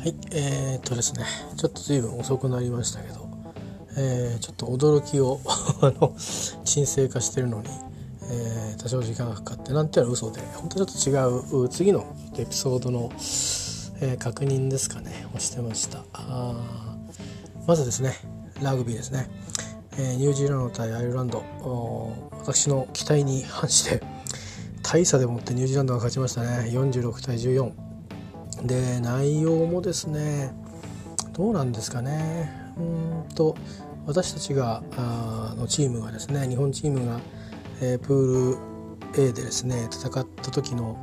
はい、ですね、ちょっと随分遅くなりましたけど、ちょっと驚きを沈静化してるのに、多少時間がかかってなんていうのは嘘で、本当ちょっと違う次のエピソードの、確認ですかねをしてました。まずですね、ラグビーですね、ニュージーランド対アイルランド、私の期待に反して大差でもってニュージーランドが勝ちましたね。46対14で、内容もですね、どうなんですかね。私たちがのチームがですね、日本チームが、プール A でですね戦った時の、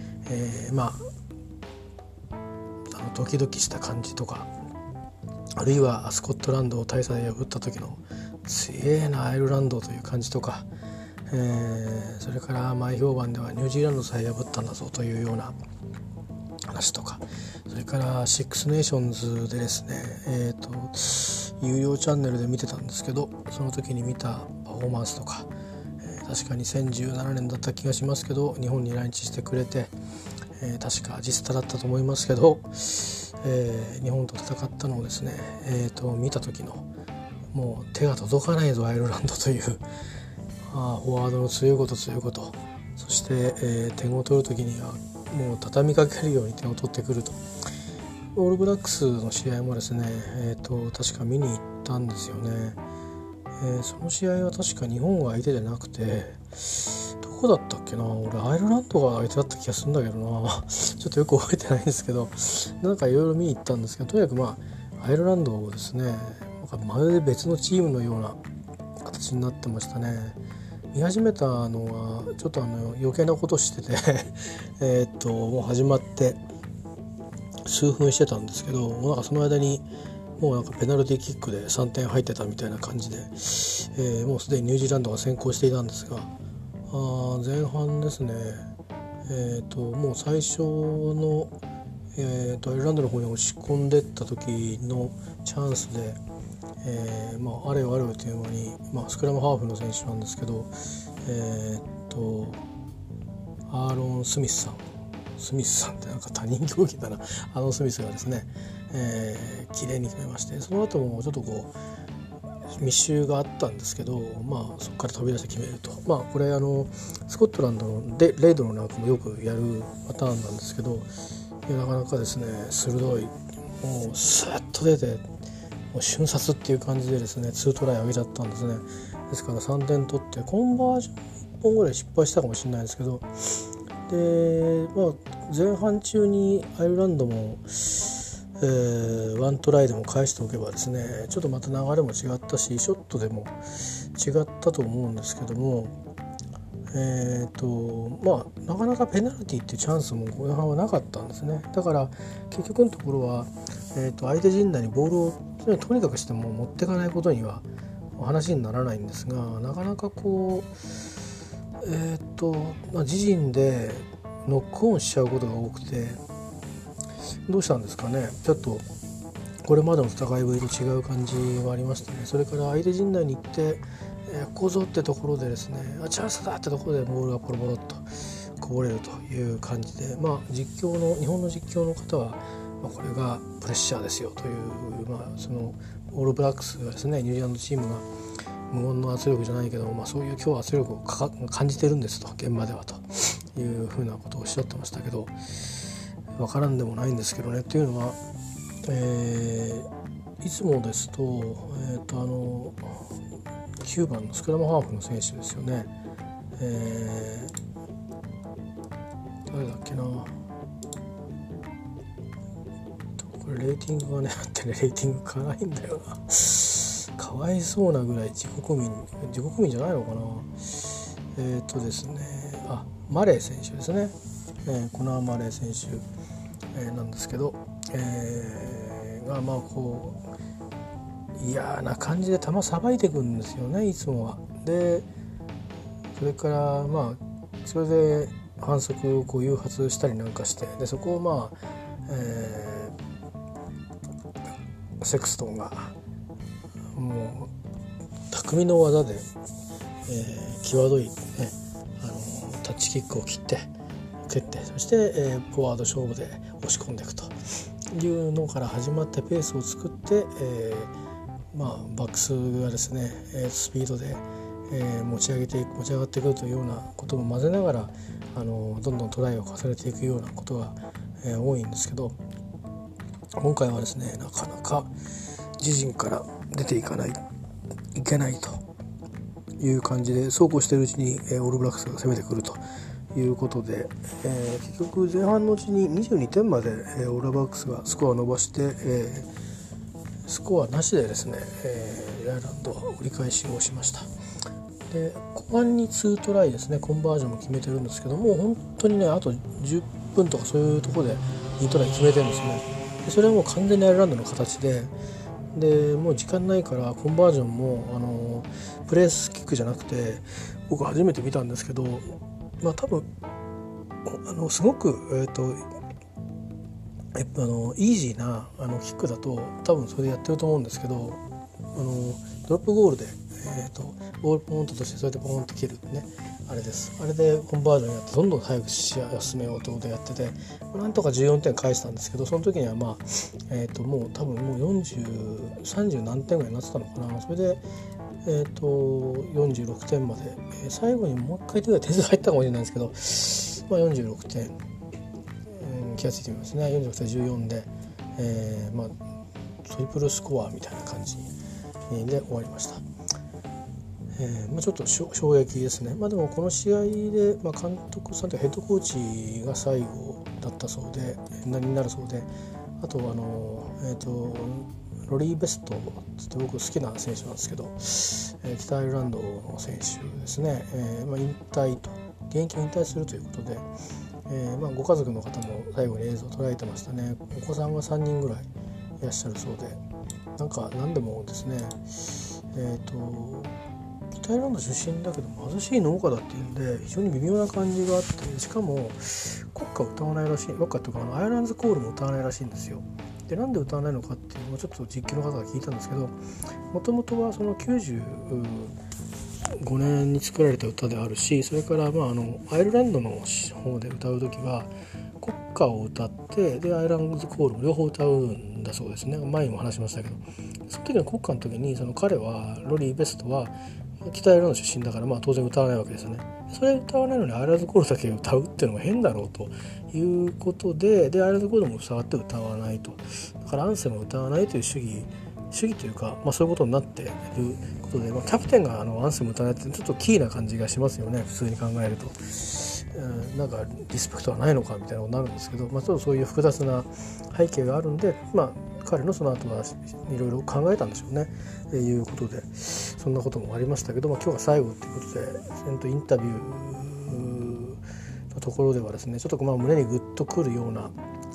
ドキドキした感じとか、あるいはスコットランドを大差で破った時の強えなアイルランドという感じとか、それから前評判ではニュージーランドさえ破ったんだぞというような話とか、それからシックスネーションズでですね、有料チャンネルで見てたんですけど、その時に見たパフォーマンスとか、確か2017年だった気がしますけど、日本に来日してくれて、確かジスタだったと思いますけど、日本と戦ったのをですね、見た時のもう手が届かないぞアイルランドというフォワードの強いこと、そして、点を取る時にはもう畳みかけるように点を取ってくると。オールブラックスの試合もですね、確か見に行ったんですよね。その試合は確か日本が相手じゃなくて、どこだったっけな、俺アイルランドが相手だった気がするんだけどなちょっとよく覚えてないんですけど、なんかいろいろ見に行ったんですけど、とにかくアイルランドをですね、まるで別のチームのような形になってましたね。見始めたのはちょっと余計なことしててもう始まって数分してたんですけど、もうなんかその間にもうなんかペナルティーキックで3点入ってたみたいな感じで、もうすでにニュージーランドが先行していたんですが、前半ですね、もう最初の、アイルランドの方に押し込んでった時のチャンスで、あれよあれよという間に、スクラムハーフの選手なんですけど、アーロン・スミスさんってなんか他人行儀だなアーロン・スミスがですね、綺麗に決めまして、その後もちょっとこう密集があったんですけど、そこから飛び出して決めると。これスコットランドのレイドのなんかもよくやるパターンなんですけど、なかなかですね鋭い、もうスッと出てもう瞬殺っていう感じでですね2トライ上げちゃったんですね。ですから3点取ってコンバージョン1本ぐらい失敗したかもしれないですけど、で、前半中にアイルランドも、1トライでも返しておけばですね、ちょっとまた流れも違ったし、ショットでも違ったと思うんですけども、なかなかペナルティっていうチャンスも後半はなかったんですね。だから結局のところは、相手陣内にボールをとにかくしても持っていかないことには話にならないんですが、なかなかこう自陣でノックオンしちゃうことが多くて、どうしたんですかね。ちょっとこれまでの戦いぶりと違う感じはありましたね。それから相手陣内に行って、ここぞってところでですね、チャンスだってところでボールがポロポロっとこぼれるという感じで、日本の実況の方は、これがプレッシャーですよという、そのオールブラックスがですね、ニュージーランドチームが無言の圧力じゃないけど、そういう今日圧力を感じてるんですと、現場ではというふうなことをおっしゃってましたけど、分からんでもないんですけどね。というのは、いつもですと、9番のスクラムハーフの選手ですよね。誰だっけな、これレーティングがねあってね、レーティングかないんだよなかわいそうなぐらい自国民じゃないのかな。ですね、マレー選手ですね、コナー・マレー選手、なんですけど、がこう嫌な感じで球さばいていくんですよね、いつもは。でそれからそれで反則をこう誘発したりなんかして、でそこをセクストンがもう匠の技で、際どい、タッチキックを蹴って、そして、フォワード勝負で押し込んでいくというのから始まってペースを作って、バックスがですねスピードで、持ち上がってくるというようなことも混ぜながらどんどんトライを重ねていくようなことが、多いんですけど、今回はですねなかなか自陣から出ていけないという感じでそうこうしているうちに、オールブラックスが攻めてくるということで、結局前半のうちに22点まで、オールブラックスがスコアを伸ばして、スコアなしでですね、アイルランドは折り返しをしました。で後半に2トライですねコンバージョンも決めてるんですけども、本当にねあと10分とかそういうところで2トライ決めてるんですね。でそれはもう完全にアイルランドの形でもう時間ないからコンバージョンもプレースキックじゃなくて僕初めて見たんですけど、多分すごくイージーなキックだと多分それでやってると思うんですけど、ドロップゴールで、ボールポンとしてそれでポンと蹴るねあれです。あれでコンバージョンやってどんどん早く試合を進めようということをやってて、なんとか14点返したんですけど、その時にはもう多分もう30何点ぐらいになってたのかな。それで46点まで、最後にもう一回点数入ったかもしれないんですけど、46点、気がついてみますね。46対14で、トリプルスコアみたいな感じで終わりました。ちょっと衝撃ですね。でもこの試合で、監督さんとヘッドコーチが最後だったそうでになるそうで、あとロリー・ベストって僕好きな選手なんですけど、北アイルランドの選手ですね、引退と現役を引退するということで、ご家族の方も最後に映像を捉えてましたね。お子さんが3人ぐらいいらっしゃるそうで、何でもですね北アイルランド出身だけど貧しい農家だっていうんで非常に微妙な感じがあって、しかも国歌を歌わないらしい、国歌というかアイランズコールも歌わないらしいんですよ。でなんで歌わないのかっていうのをちょっと実況の方が聞いたんですけど、もともとはその95年に作られた歌であるし、それからアイルランドの方で歌う時は国歌を歌ってでアイランズコールも両方歌うんだそうですね。前にも話しましたけど、その時の国歌の時に彼はロリー・ベストは北アイルランド出身だから当然歌わないわけですよね。それ歌わないのにアイランドコールだけ歌うっていうのも変だろうということで、アイランドコールも触って歌わないと、だからアンセムを歌わないという主義というか、そういうことになっていることで、キャプテンがアンセムを歌わないってちょっとキーな感じがしますよね。普通に考えると、リスペクトはないのかみたいなことになるんですけど、ちょっとそういう複雑な背景があるんで、彼のその後はいろいろ考えたんでしょうね、いうことでそんなこともありましたけど、今日が最後ということでインタビューのところではですねちょっと胸にグッとくるような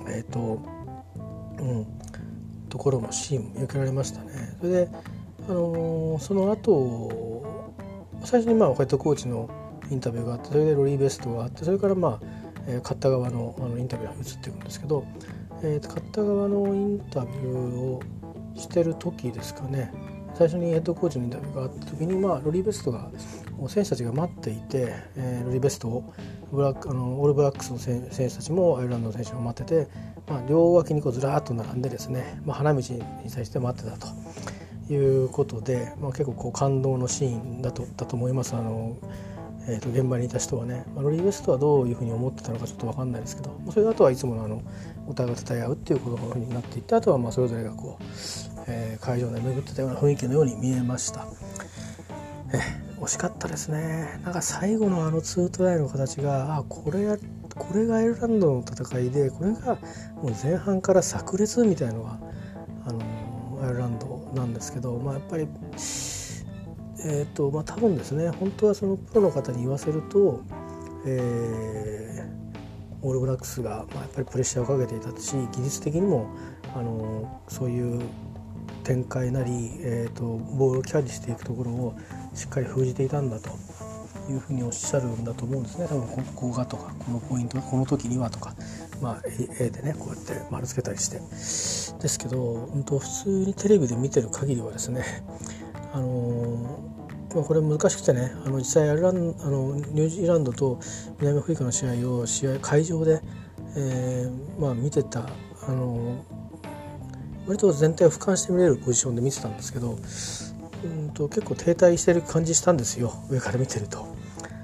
ところのシーンも見受けられましたね。それで、その後最初にヘッドコーチのインタビューがあって、それでロリー・ベストがあって、それから勝った側のインタビューが移っていくんですけど、勝った側のインタビューをしてる時ですかね、最初にヘッドコーチのインタビューがあった時に、ロリー・ベストが選手たちが待っていて、ロリー・ベストをオールブラックスの選手たちもアイルランドの選手が待ってて、両脇にずらーっと並んでですね、花道に対して待ってたということで、結構感動のシーンだと思います。現場にいた人はね、ロリー・ベストはどういうふうに思ってたのかちょっと分かんないですけど、それであとはいつものお互いが伝え合うっていうことになっていって、あとはそれぞれが会場内巡ってたような雰囲気のように見えました。惜しかったですね。最後の2トライの形がこれがアイルランドの戦いで、これがもう前半から炸裂みたいなのがアイルランドなんですけど、やっぱり多分ですね、本当はそのプロの方に言わせると、オールブラックスがやっぱりプレッシャーをかけていたし、技術的にもそういう展開なり、ボールをキャリーしていくところをしっかり封じていたんだというふうにおっしゃるんだと思うんですね。多分ここがとかこのポイントこの時にはとか、A でねこうやって丸つけたりしてですけど、本当普通にテレビで見てる限りはですね、これ難しくてね、実際ニュージーランドと南アフリカの試合を会場で、見てた割と全体を俯瞰して見れるポジションで見てたんですけど、結構停滞してる感じしたんですよ、上から見てると。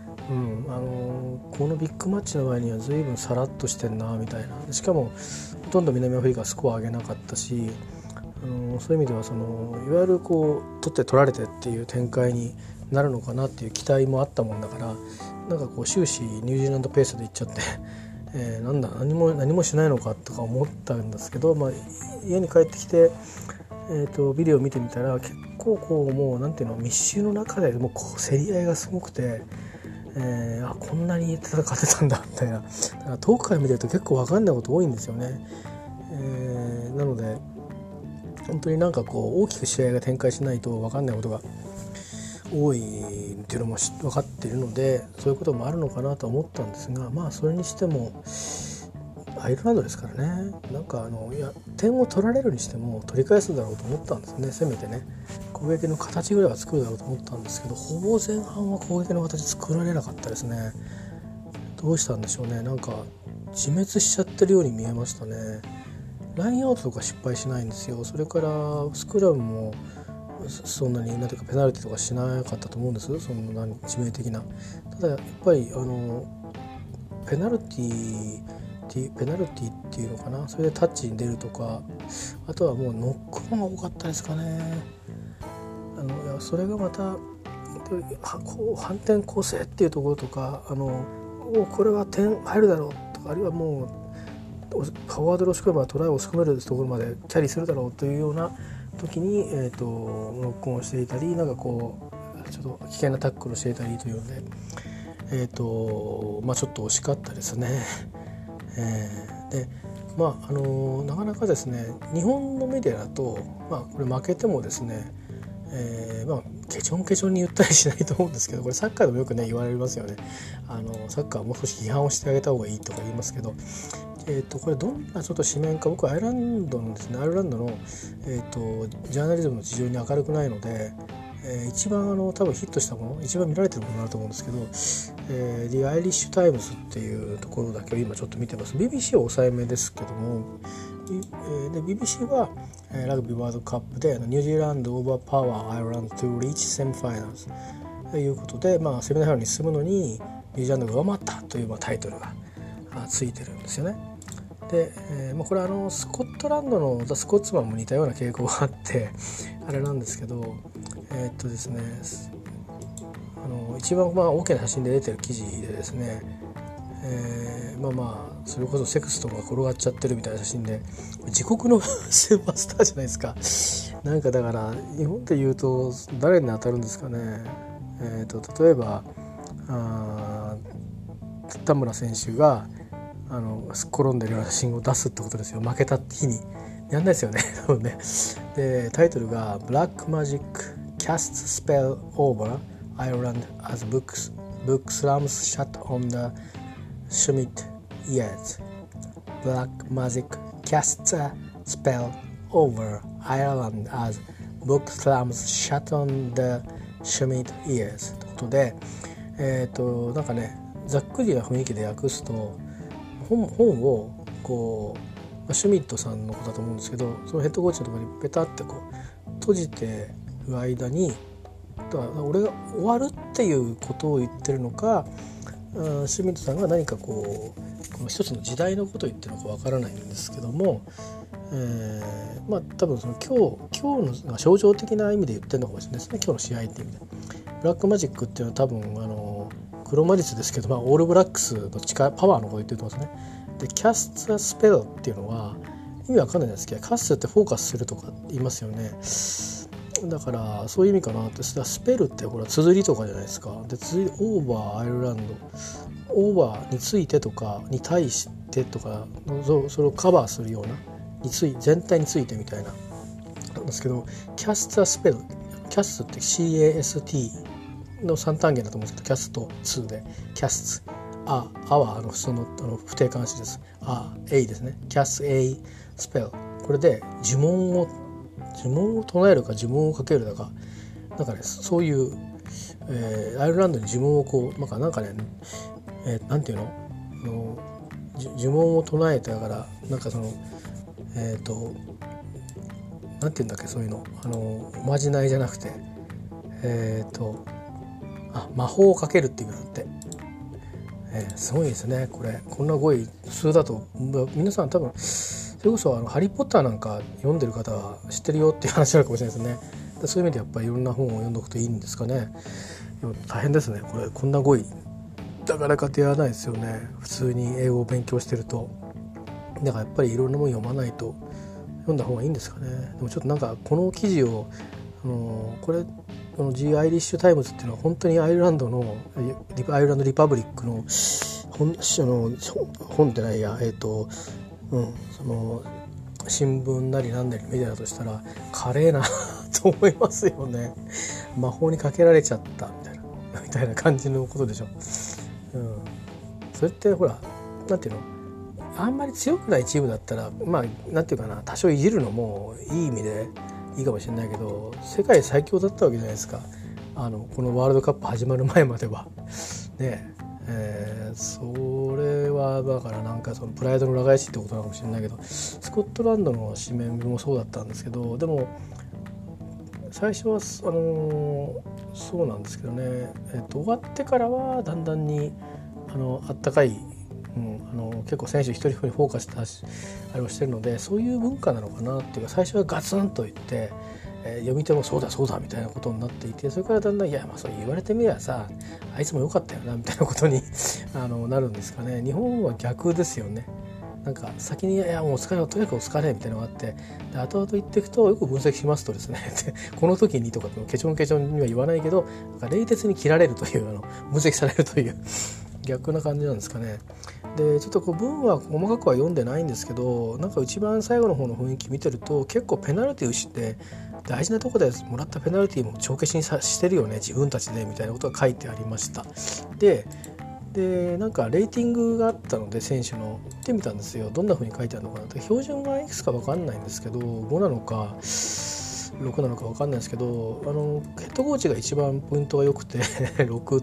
このビッグマッチの前には随分さらっとしてんなみたいな。しかもほとんど南アフリカはスコア上げなかったし、そういう意味ではいわゆるこう取って取られてっていう展開になるのかなっていう期待もあったもんだから、なんかこう終始ニュージーランドペースでいっちゃってなんだ何もしないのかとか思ったんですけど、家に帰ってきて、ビデオを見てみたら結構こうもうなんていうの、密集の中でもうこう競り合いがすごくて、こんなに戦ってたんだみたいな。だから遠くから見てると結構分かんないこと多いんですよね。なので本当になんかこう大きく試合が展開しないと分かんないことが多いっていうのも分かっているので、そういうこともあるのかなと思ったんですが、それにしてもアイルランドですからね。なんか点を取られるにしても取り返すだろうと思ったんですね。せめてね攻撃の形ぐらいは作るだろうと思ったんですけど、ほぼ前半は攻撃の形作られなかったですね。どうしたんでしょうね。なんか自滅しちゃってるように見えましたね。ラインアウトとか失敗しないんですよ。それからスクラムもそんなになんていうかペナルティとかしなかったと思うんです。その致命的な。ただやっぱりペナルティっていうのかな、それでタッチに出るとか、あとはもうノックオンが多かったですかね。それがまた反転攻勢っていうところとか、これは点入るだろうとか、あるいはもうフォワードの押し込めばトライを押し込めるところまでキャリーするだろうというような時に、ノックオンをしていたり、なんかこうちょっと危険なタックルをしていたりというので、ちょっと惜しかったですね。でなかなかですね、日本のメディアだと、これ負けてもですね、ケチョンケチョンに言ったりしないと思うんですけど、これサッカーでもよくね言われますよね。サッカーはもう少し批判をしてあげた方がいいとか言いますけど、これどんなちょっと紙面か、僕はアイルランドのジャーナリズムの事情に明るくないので、一番多分ヒットしたもの、一番見られてるものになると思うんですけど、The Irish Times っていうところだけを今ちょっと見てます。 BBC は抑えめですけども、で BBC はラグビーワールドカップでニュージーランドオーバーパワーアイルランド to reach semi-finals ということで、セミファイナルに進むのにニュージーランドが上回ったというタイトルがついてるんですよね。で、これはスコットランドのザ・スコッツマンも似たような傾向があってあれなんですけど、ですね、一番大きな写真で出てる記事でですね、それこそセクストンが転がっちゃってるみたいな写真で、自国のスーパースターじゃないですか。なんかだから日本で言うと誰に当たるんですかね。例えば田村選手がすっ転んでるような写真を出すってことですよ。負けた日にやんないですよね。でタイトルが Black Magic Casts Spell Over Ireland as book slams shut on the Schmidt years. Black Magic casts a spell over Ireland as book slams shut on the Schmidt years ということで、なんかね、ざっくりな雰囲気で訳すと、本をこうシュミットさんのことだと思うんですけど、そのヘッドコーチのところにペタってこう閉じてる間に、だから俺が終わるっていうことを言ってるのか、シュミットさんが何かこの一つの時代のことを言ってるのかわからないんですけども、多分その今日の象徴的な意味で言ってるのかもしれないですね。今日の試合っていう意味でブラックマジックっていうのは多分黒魔術ですけど、オールブラックスのパワーのことを言ってると思うんですね。でキャストスペルっていうのは意味わかんないんですけど、キャストってフォーカスするとか言いますよね。だからそういう意味かなって。スペルってこれは綴りとかじゃないですか。で綴りオーバーアイルランド、オーバーについてとかに対してとか、それをカバーするような全体についてみたいななんですけど、キャストスペル、キャストって CAST の3単元だと思うんですけど、キャスト2でキャストはその不定冠詞です。A ですね。キャスト A スペル、これで呪文を唱えるか呪文をかけるだか、なんかね、そういう、アイルランドに呪文をこうなんかね、なんていうの、呪文を唱えて、だからなんかそのなんていうんだっけ、そういうのおまじないじゃなくて魔法をかけるっていうのって、すごいですね。こんな語彙普通だと皆さん多分それこそハリーポッターなんか読んでる方は知ってるよっていう話なのかもしれないですね。そういう意味でやっぱりいろんな本を読んどくといいんですかね。大変ですねこんな語彙なかなか出会わないですよね、普通に英語を勉強してると。だからやっぱりいろんなもの読まないと読んだ方がいいんですかね。でもちょっとなんかこの記事をこの The Irish Times っていうのは本当にアイルランドリパブリックの本ってないやその新聞なりなんなりメディアだとしたら華麗なと思いますよね。魔法にかけられちゃったみたいな感じのことでしょ。それってほらなんていうの、あんまり強くないチームだったらなんていうかな、多少いじるのもいい意味でいいかもしれないけど、世界最強だったわけじゃないですか、このワールドカップ始まる前まではね。それはだからなんかそのプライドの裏返しってことなのかもしれないけど、スコットランドの紙面もそうだったんですけど、でも最初はそうなんですけどね、終わってからはだんだんにあったかい、結構選手一人一人フォーカスしたあれをしてるので、そういう文化なのかなっていうか、最初はガツンと言って、読み手もそうだそうだみたいなことになっていて、それからだんだんそう言われてみればさ、あいつも良かったよなみたいなことになるんですかね。日本は逆ですよね。なんか先にもうお疲れ、とにかくお疲れみたいなのがあって、で後々言っていくとよく分析しますとですねこの時にとかケチョンケチョンには言わないけど、なんか冷徹に切られるという分析されるという逆な感じなんですかね。でちょっと文は細かくは読んでないんですけど、なんか一番最後の方の雰囲気見てると結構ペナルティーして大事なとこでもらったペナルティーも帳消しにしてるよね自分たちでみたいなことが書いてありました。でなんかレーティングがあったので選手の見てみたんですよ。どんな風に書いてあるのかなって。標準がいくつか分かんないんですけど、5なのか6なのか分かんないですけど、ヘッドコーチが一番ポイントが良くて6って、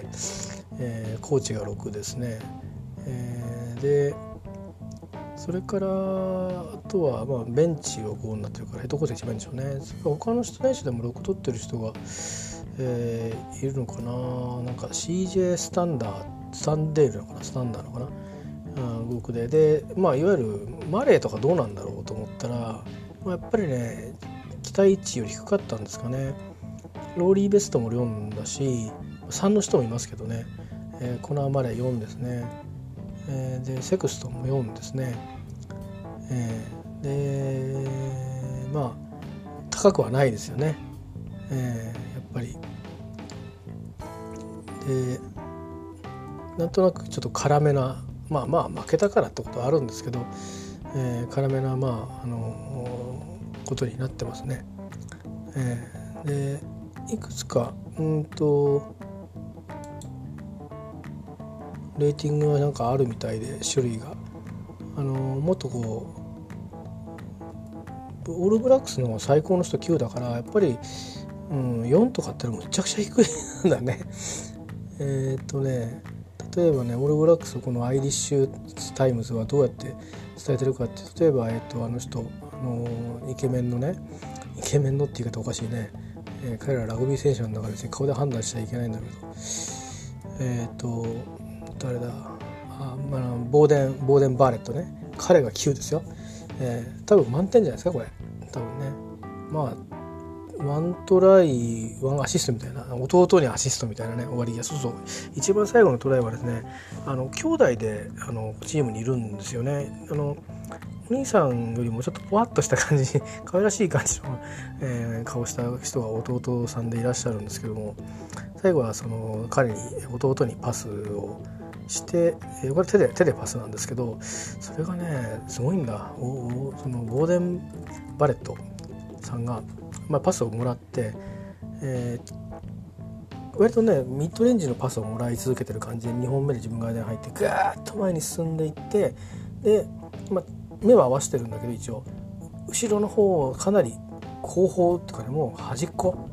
コーチが6ですね。でそれからあとはベンチを5になってるからヘッドコーチが一番いいんでしょうね。他の選手でも6取ってる人が、いるのかな。なんか CJ スタンデールなのかな、スタンダーなのかな、6でいわゆるマレーとかどうなんだろうと思ったら、やっぱりね期待値より低かったんですかね。ローリー・ベストも4だし3の人もいますけどね、コナー・マレー4ですね。でセクストンも4ですね。で高くはないですよね、やっぱり。でなんとなくちょっと辛めな負けたからってことはあるんですけど、辛めなことになってますね。でいくつかレーティングがなんかあるみたいで、種類がもっとオールブラックスの最高の人9だから、やっぱり、4とかってのむちゃくちゃ低いんだね。例えばねオールブラックスこのアイリッシュタイムズはどうやって伝えてるかって、例えば人イケメンのね、イケメンのって言い方おかしいね、彼らラグビー選手なんだから別に顔で判断しちゃいけないんだけど、誰だ、ボーデン・バーレットね、彼が9ですよ。多分満点じゃないですかこれ。多分ね1トライ1アシストみたいな、弟にアシストみたいなね終わり。そう一番最後のトライはですね兄弟でチームにいるんですよね。お兄さんよりもちょっとポワッとした感じ可愛らしい感じの、顔した人が弟さんでいらっしゃるんですけども、最後は彼に弟にパスをしてこれ手でパスなんですけど、それがねすごいんだ。そのボーデン・バレットさんが、パスをもらって、割とねミッドレンジのパスをもらい続けてる感じで2本目で自分が間に入ってガーッと前に進んでいって、で、目は合わせてるんだけど一応後ろの方かなり後方とかね、もう端っこ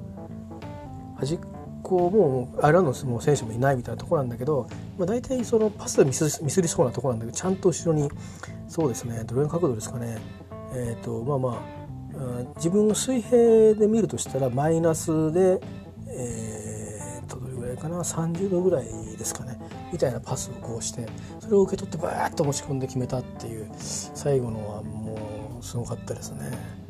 もうアイルランドの選手もいないみたいなところなんだけど、大体そのパスでミスりそうなところなんだけど、ちゃんと後ろにそうですねどれの角度ですかね、 自分の水平で見るとしたらマイナスで、どれぐらいかな、30度ぐらいですかねみたいなパスをこうして、それを受け取ってバーッと持ち込んで決めたっていう最後のはもうすごかったですね。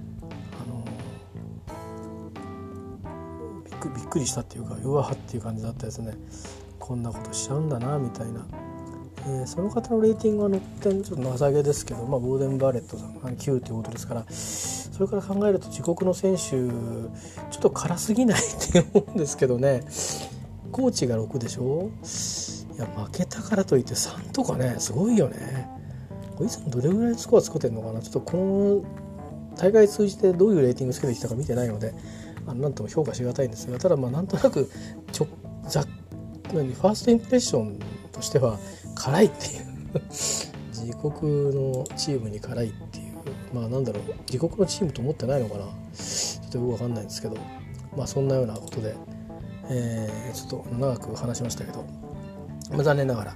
びっくりしたっていうか、うわーっていう感じだったですね。こんなことしちゃうんだなみたいな。その方のレーティングは乗ってちょっと情けですけど、ボーデン・バーレットさんが9ということですから、それから考えると自国の選手ちょっと辛すぎないって思うんですけどね。コーチが6でしょ。いや負けたからといって3とかね、すごいよね。いつもどれぐらいのスコア作ってるのかな。ちょっとこの大会通じてどういうレーティングつけてきたか見てないのでなんとも評価しがたいんですが、ただなんとなくファーストインプレッションとしては辛いっていう自国のチームに辛いっていう、自国のチームと思ってないのかな、ちょっとよく分かんないんですけど、そんなようなことで、ちょっと長く話しましたけど、残念ながら、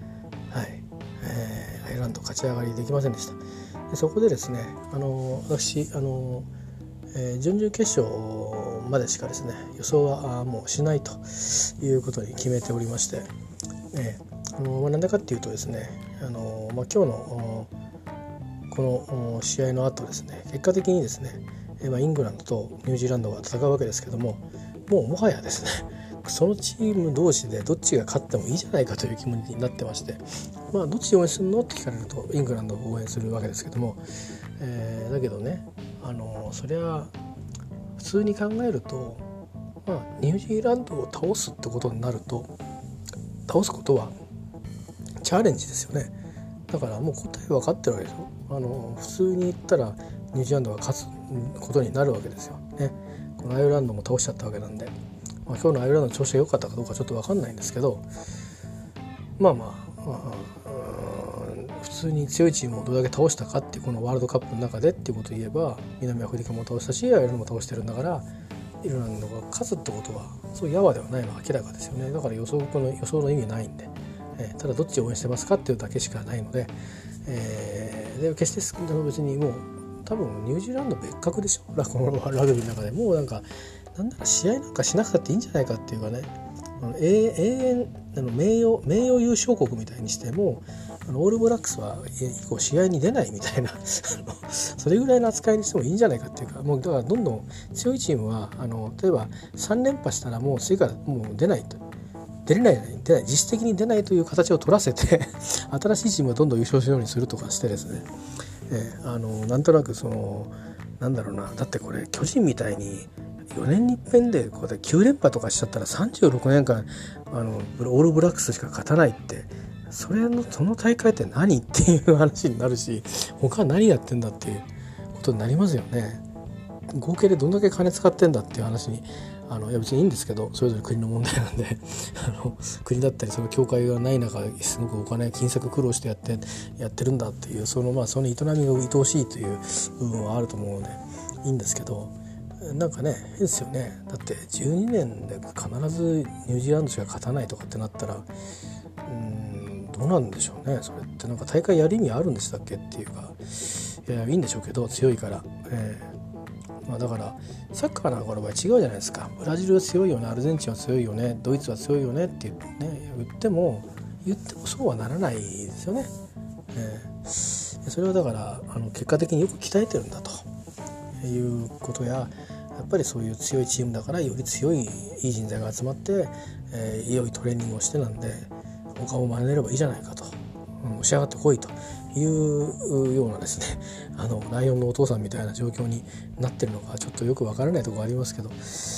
アイルランド勝ち上がりできませんでした。でそこでですね、私準々決勝までしかですね予想はもうしないということに決めておりまして、なんでかっていうとですね、今日のこの試合の後ですね、結果的にですね、イングランドとニュージーランドが戦うわけですけども、もはやですねそのチーム同士でどっちが勝ってもいいじゃないかという気持ちになってまして、どっちを応援するのって聞かれるとイングランドを応援するわけですけども、だけどね、そりゃ普通に考えると、ニュージーランドを倒すってことになると、倒すことはチャレンジですよね。だからもう答え分かってるわけでしょ。普通に言ったらニュージーランドが勝つことになるわけですよね。このアイルランドも倒しちゃったわけなんで、今日のアイルランドの調子が良かったかどうかちょっと分かんないんですけど、普通に強いチームをどれだけ倒したかっていうこのワールドカップの中でっていうことを言えば、南アフリカも倒したしアイルランドも倒してるんだから、アイルランドが勝つってことはそうやわではないのは明らかですよね。だから予想の意味ないんで、ただどっちを応援してますかっていうだけしかないので、で決して別にもう多分ニュージーランド別格でしょ、このラグビーの中でもうなんなら試合なんかしなくたっていいんじゃないかっていうかね、永遠名誉優勝国みたいにしてもオールブラックスは以降試合に出ないみたいなそれぐらいの扱いにしてもいいんじゃないかっていうか、もうだからどんどん強いチームは例えば3連覇したらもう次からもう出ないと。出れない実質的に出ないという形を取らせて新しいチームがどんどん優勝するようにするとかしてですね、なんとなくだってこれ巨人みたいに4年に一遍でこうやって9連覇とかしちゃったら36年間オールブラックスしか勝たないって、その大会って何っていう話になるし、他は何やってんだっていうことになりますよね。合計でどんだけ金使ってんだっていう話にいや別にいいんですけど、それぞれ国の問題なんで国だったりその協会がない中すごくお金金策苦労してやってるんだっていうその営みが愛おしいという部分はあると思うのでいいんですけど、なんかね変ですよね。だって12年で必ずニュージーランドしか勝たないとかってなったらどうなんでしょうね。それってなんか大会やる意味あるんでしたっけっていうか、いやいいんでしょうけど強いから、だからサッカーなんかの場合違うじゃないですか。ブラジルは強いよね、アルゼンチンは強いよね、ドイツは強いよねって言ってもそうはならないですよね。それはだから結果的によく鍛えてるんだということや、やっぱりそういう強いチームだからより強いいい人材が集まって、良いトレーニングをしてなんで他を真似ればいいじゃないかと、押し上がってこいというようなですねライオンのお父さんみたいな状況になってるのかちょっとよくわからないところがありますけど、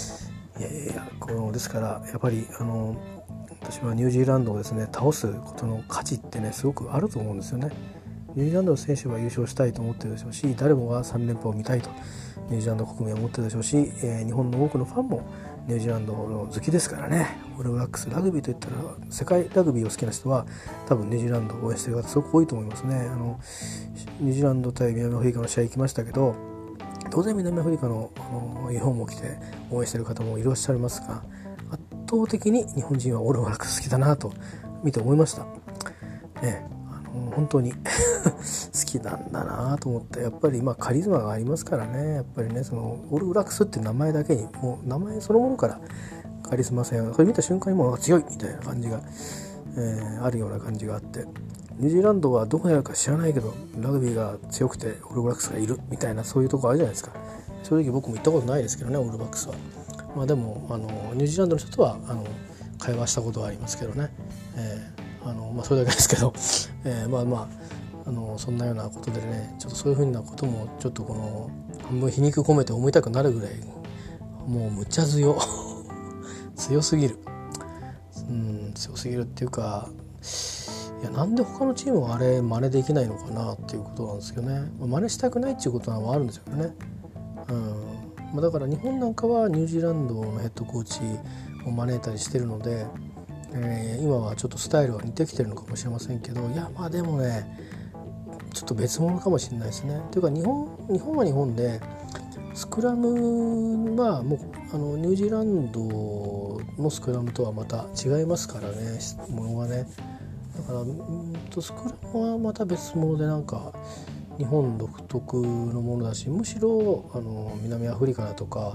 ですからやっぱり私はニュージーランドをですね倒すことの価値ってねすごくあると思うんですよね。ニュージーランドの選手は優勝したいと思ってるでしょうし、誰もが3連覇を見たいとニュージーランド国民は思ってるでしょうし、日本の多くのファンもニュージーランドの好きですからね。オールブラックスラグビーといったら世界ラグビーを好きな人は多分ニュージーランドを応援してる方すごく多いと思いますね。ニュージーランド対南アフリカの試合行きましたけど、当然南アフリカのユニフォームを着て応援してる方もいらっしゃいますが、圧倒的に日本人はオールブラックス好きだなと見て思いました。 本当に好きなんだなと思って、やっぱりカリズマがありますからね。やっぱりね、そのオールブラックスっていう名前だけに、もう名前そのものからカリスマ性が、これ見た瞬間にもう強いみたいな感じが、あるような感じがあって、ニュージーランドはどこにあるか知らないけどラグビーが強くてオールブラックスがいるみたいな、そういうとこあるじゃないですか。正直僕も行ったことないですけどね、オールブラックスは。でもニュージーランドの人とは会話したことはありますけどね、それだけですけど、そんなようなことでね、ちょっとそういうふうなこともちょっとこの半分皮肉込めて思いたくなるぐらい、もうむちゃ強強すぎる、強すぎるっていうか、いや、なんで他のチームはあれ真似できないのかなっていうことなんですけどね。真似したくないっていうことはあるんですよね。だから日本なんかはニュージーランドのヘッドコーチを招いたりしてるので、今はちょっとスタイルは似てきてるのかもしれませんけど、いやでもね、ちょっと別物かもしれないですね。というか日本は日本でスクラムはもうニュージーランドのスクラムとはまた違いますからね、ものがね。だからスクラムはまた別物で、なんか日本独特のものだし、むしろ南アフリカだとか、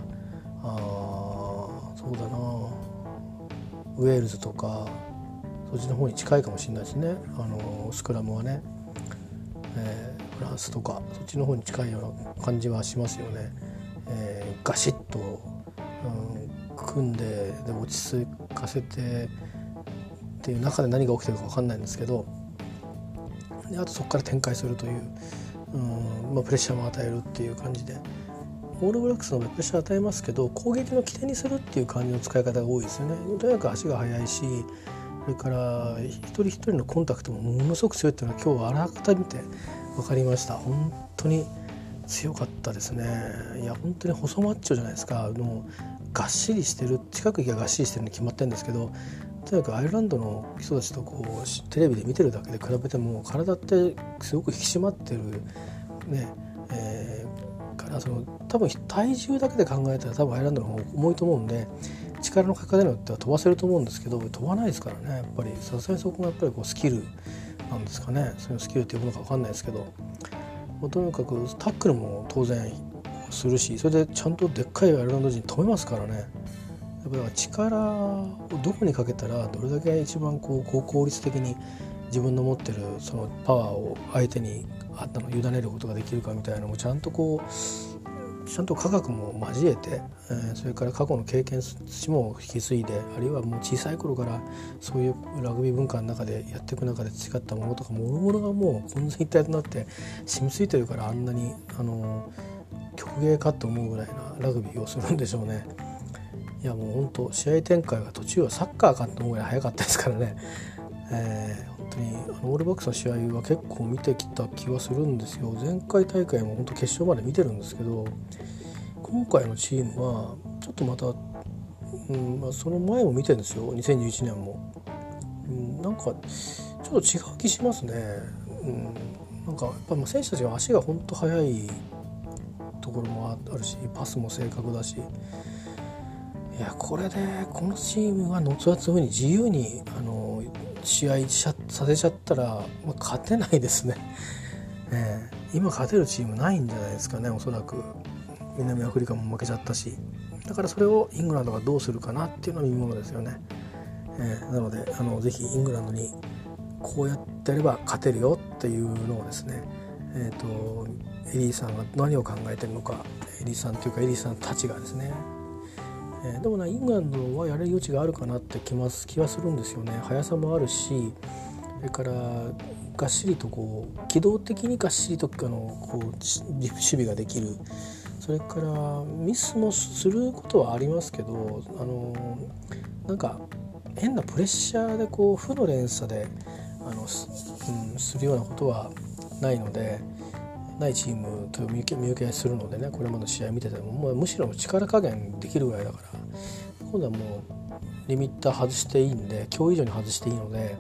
そうだな、ウェールズとかそっちの方に近いかもしれないですね、スクラムはね。フランスとかそっちの方に近いような感じはしますよね。ガシッと、組んで落ち着かせてっていう中で何が起きてるか分かんないんですけど、であとそこから展開するという、プレッシャーも与えるっていう感じで、オールブラックスのプレッシャーを与えますけど、攻撃の起点にするっていう感じの使い方が多いですよね。とにかく足が速いし、それから一人一人のコンタクトもものすごく強いっていうのは今日改めて分かりました。本当に強かったですね。いや本当に細マッチョじゃないですか。もうがっしりしてる、近くががっしりしてるに決まってるんですけど、とにかくアイルランドの人たちとこうテレビで見てるだけで比べても体ってすごく引き締まってるね、から多分体重だけで考えたら多分アイルランドの方が重いと思うんで、力のかけ方によっては飛ばせると思うんですけど、飛ばないですからね。やっぱりさすがにそこがやっぱりスキルなんですかね。そのスキルっていうものか分かんないですけど、とにかくタックルも当然するし、それでちゃんとでっかいアイルランド人止めますからね。やっぱり力をどこにかけたらどれだけ一番高効率的に自分の持ってるそのパワーを相手に委ねることができるかみたいなのもちゃんと科学も交えて、それから過去の経験値も引き継いで、あるいはもう小さい頃からそういうラグビー文化の中でやっていく中で培ったものとかもろもろがもう混然一体となって染みついてるから、あんなに曲芸かと思うぐらいなラグビーをするんでしょうね。いやもう本当試合展開が途中はサッカーかと思うぐらい早かったですからね。本当にオールバックスの試合は結構見てきた気はするんですよ。前回大会も本当決勝まで見てるんですけど、今回のチームはちょっとまた、その前も見てるんですよ、2011年も。なんかちょっと違う気しますね。なんかやっぱ選手たちは足が本当速いところもあるし、パスも正確だし、いやこれでこのチームが後々そういう風に自由に試合させちゃったら、勝てないですね。今勝てるチームないんじゃないですかね、おそらく。南アフリカも負けちゃったし、だからそれをイングランドがどうするかなっていうのは見ものですよね。なのでぜひイングランドにこうやってやれば勝てるよっていうのをですね、エリーさんが何を考えてるのか、エリーさんというかエリーさんたちがですね、でもイングランドはやれる余地があるかなって気はするんですよね。速さもあるし、それからがっしりと機動的にがっしりと守備ができる。それからミスもすることはありますけど、なんか変なプレッシャーで負の連鎖でするようなことはないので、ないチームと見受けするのでね、これまでの試合見ててもむしろ力加減できるぐらいだから、今度はもうリミッター外していいんで、今日以上に外していいので、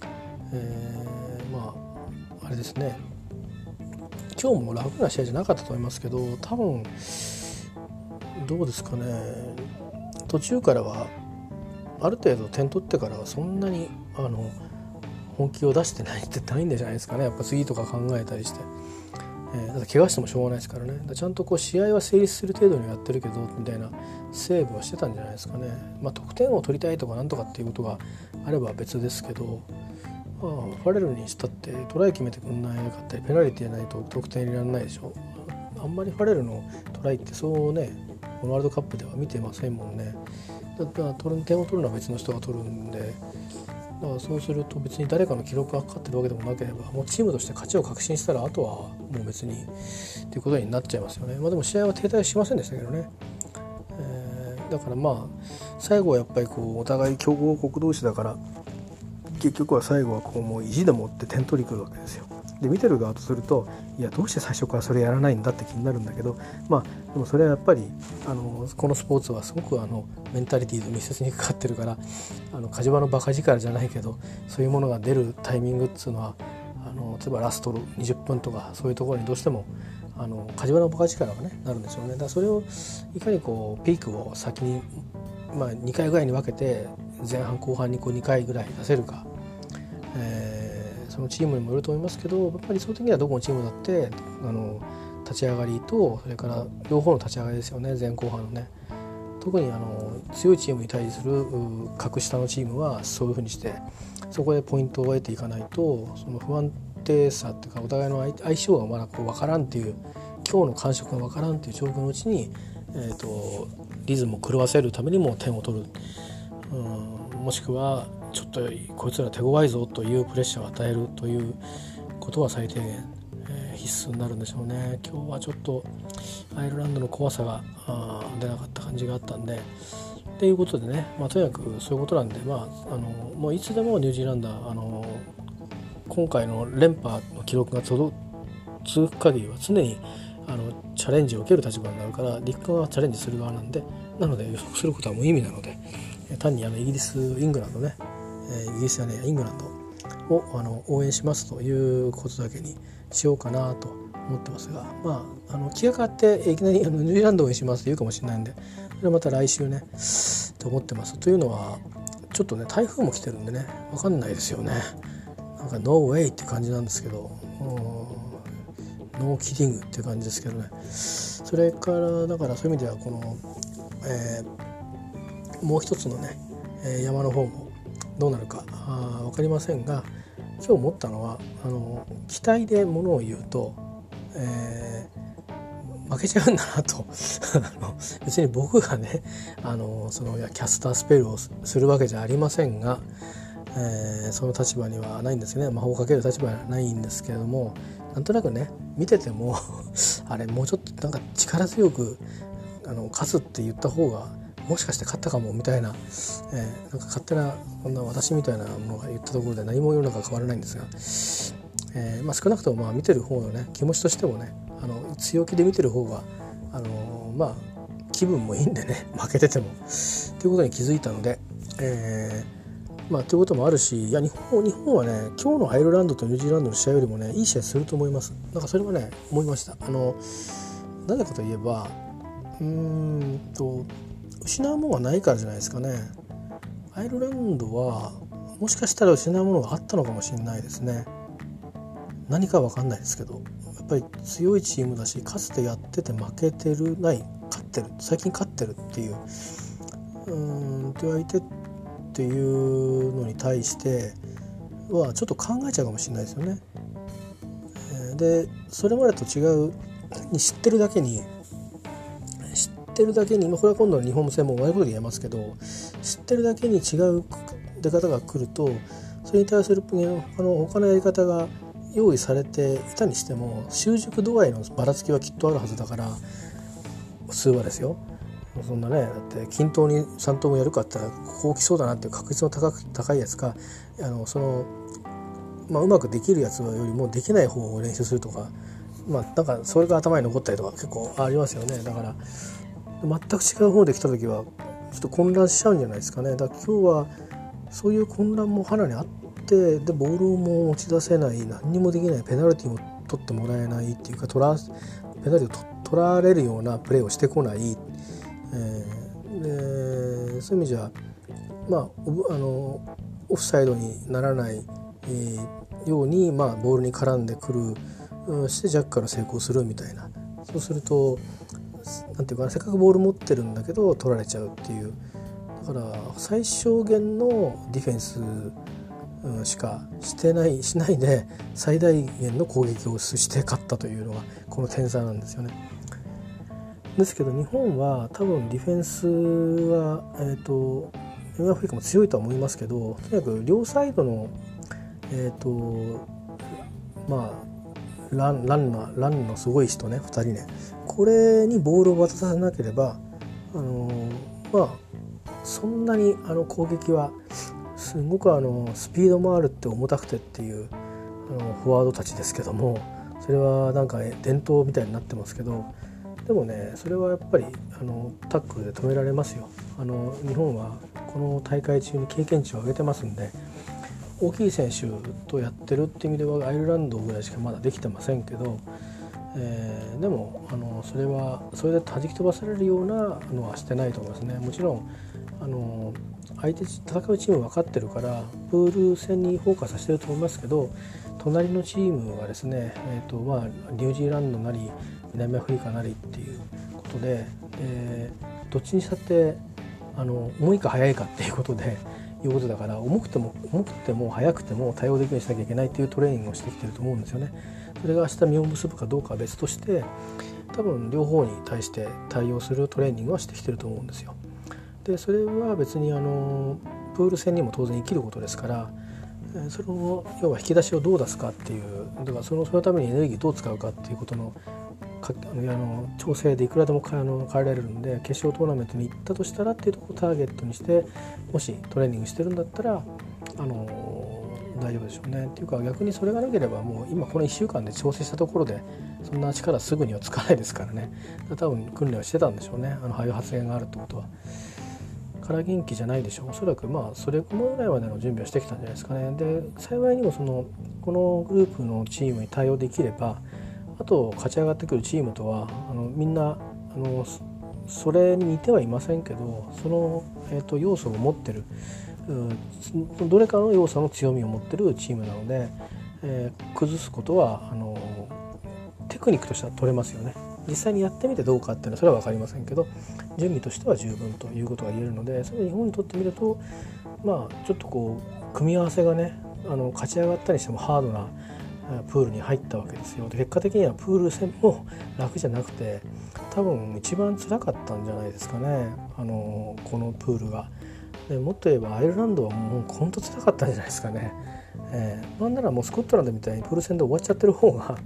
あれですね、今日も楽な試合じゃなかったと思いますけど、多分どうですかね、途中からはある程度点取ってからはそんなに本気を出してないってないんじゃないですかね。やっぱ次とか考えたりして、だって怪我してもしょうがないですからね。ちゃんとこう試合は成立する程度にやってるけどみたいなセーブはしてたんじゃないですかね。得点を取りたいとかなんとかっていうことがあれば別ですけど、ファレルにしたってトライ決めてくんないかったりペナルティーないと得点入れられないでしょ。あんまりファレルのトライってそうね、このワールドカップでは見てませんもんね。だから点を取るのは別の人が取るんで、だからそうすると別に誰かの記録がかかってるわけでもなければ、もうチームとして勝ちを確信したらあとはもう別にっていうことになっちゃいますよね。でも試合は停滞しませんでしたけどね。だから最後はやっぱりこうお互い強豪国同士だから結局は最後はこうもう意地でもって点取りに来るわけですよ。で見てる側とするといやどうして最初からそれやらないんだって気になるんだけど、でもそれはやっぱりこのスポーツはすごくメンタリティーと密接にかかってるから、火事場のバカ力じゃないけどそういうものが出るタイミングっていうのは例えばラスト20分とかそういうところにどうしても火事場のバカ力がねなるんですよね。だからそれをいかにこうピークを先に2回ぐらいに分けて前半後半にこう2回ぐらい出せるか、そのチームにもよると思いますけど、やっぱりその時にはどこのチームだって立ち上がりとそれから両方の立ち上がりですよね。前後半のね、特に強いチームに対する格下のチームはそういうふうにしてそこでポイントを得ていかないと、その不安定さっていうかお互いの相性がまだこう分からんっていう、今日の感触が分からんっていう状況のうちに、リズムを狂わせるためにも点を取る、もしくはちょっとこいつら手強いぞというプレッシャーを与えるということは最低限、必須になるんでしょうね。今日はちょっとアイルランドの怖さが出なかった感じがあったんで、っていうことでね、とにかくそういうことなんで、もういつでもニュージーランド今回の連覇の記録が続く限りは常にチャレンジを受ける立場になるから、陸側はチャレンジする側なので予測することは無意味なので、単にイギリスイングランドね、イギリスやイングランドを応援しますということだけにしようかなと思ってますが、気が変わっていきなりニュージーランドを応援しますと言うかもしれないんで、それはまた来週ねと思ってます。というのはちょっとね台風も来てるんでね、分かんないですよね。なんかノーウェイって感じなんですけど、ノーキディングっていう感じですけどね。それからだからそういう意味ではこの、もう一つのね、山の方もどうなるか分かりませんが、今日思ったのは期待でものを言うと、負けちゃうんだなと別に僕がねそのキャスタースペルをするわけじゃありませんが、その立場にはないんですよね。魔法をかける立場にはないんですけれども、なんとなくね見ててもあれもうちょっとなんか力強く勝つって言った方がもしかして勝ったかもみたいな、なんか勝手なこんな私みたいなものが言ったところで何も世の中変わらないんですが、少なくとも見てる方のね気持ちとしてもね強気で見てる方が気分もいいんでね、負けててもということに気づいたので、ということもあるし、いや日本はね今日のアイルランドとニュージーランドの試合よりもねいい試合すると思います。なんかそれはね思いました。なぜかといえば失うものがないからじゃないですかね。アイルランドはもしかしたら失うものがあったのかもしれないですね。何か分かんないですけど、やっぱり強いチームだし、かつてやってて負けてる勝ってる最近勝ってるっていう相手っていうのに対してはちょっと考えちゃうかもしれないですよね。でそれまでと違う知ってるだけにこれは今度の日本戦も同じことで言えますけど、知ってるだけに違う出方が来ると、それに対する他のやり方が用意されていたにしても習熟度合いのばらつきはきっとあるはずだから、普通はですよ。そんなね、だって均等に3等もやるかって言ったらこう来そうだなっていう確率の高いやつか、うまくできるやつよりもできない方を練習するとか、なんかそれが頭に残ったりとか結構ありますよね。だから全く違う方で来た時はちょっと混乱しちゃうんじゃないですかね。だから今日はそういう混乱も腹にあって、でボールも持ち出せない、何にもできない、ペナルティも取ってもらえないっていうか、ペナルティを取られるようなプレーをしてこない、でそういう意味じゃオフサイドにならないように、ボールに絡んでくるしてジャッカル成功するみたいな。そうするとなんていうかな、せっかくボール持ってるんだけど取られちゃうっていう、だから最小限のディフェンスしかしないで最大限の攻撃をして勝ったというのがこの点差なんですよね。ですけど日本は多分ディフェンスは南アフリカも強いとは思いますけど、とにかく両サイドのランのすごい人ね、2人ね、これにボールを渡させなければそんなに攻撃はすごくスピードもあるって重たくてっていうフォワードたちですけども、それはなんか伝統みたいになってますけど、でもねそれはやっぱりタックルで止められますよ。日本はこの大会中に経験値を上げてますんで、大きい選手とやってるっていう意味ではアイルランドぐらいしかまだできてませんけど、でもそれで弾き飛ばされるようなのはしてないと思いますね。もちろん戦うチーム分かってるからプール戦にフォーカスさせてると思いますけど、隣のチームがですね、ニュージーランドなり南アフリカなりっていうことで、どっちにしたって重いか速いかっていうことでいうことだから、重くても速くても対応できるようにしなきゃいけないっていうトレーニングをしてきてると思うんですよね。それが明日実を結ぶかどうかは別として、多分両方に対して対応するトレーニングはしてきてると思うんですよ。でそれは別にプール戦にも当然生きることですから、その要は引き出しをどう出すかっていう、だからそのためにエネルギーどう使うかっていうことの調整でいくらでも変えられるんで、決勝トーナメントに行ったとしたらっていうところをターゲットにして、もしトレーニングしてるんだったら大丈夫でしょうね。っていうか逆にそれがなければもう今この1週間で調整したところでそんな力すぐにはつかないですからね。多分訓練はしてたんでしょうね。ああいう発言があるってことは。から元気じゃないでしょう。おそらくそれぐらいまでの準備はしてきたんじゃないですかね。で幸いにもこのグループのチームに対応できれば、あと勝ち上がってくるチームとはみんなそれに似てはいませんけど、その、要素を持ってるどれかの要素の強みを持ってるチームなので、崩すことはテクニックとしては取れますよね。実際にやってみてどうかっていうのはそれは分かりませんけど、準備としては十分ということが言えるので、それ日本にとってみるとちょっとこう組み合わせがね勝ち上がったりしてもハードなプールに入ったわけですよ。で結果的にはプール戦も楽じゃなくて、多分一番辛かったんじゃないですかね、このプールが。でもっと言えばアイルランドはもう本当辛かったんじゃないですかね。なんならもうスコットランドみたいにプール戦で終わっちゃってる方が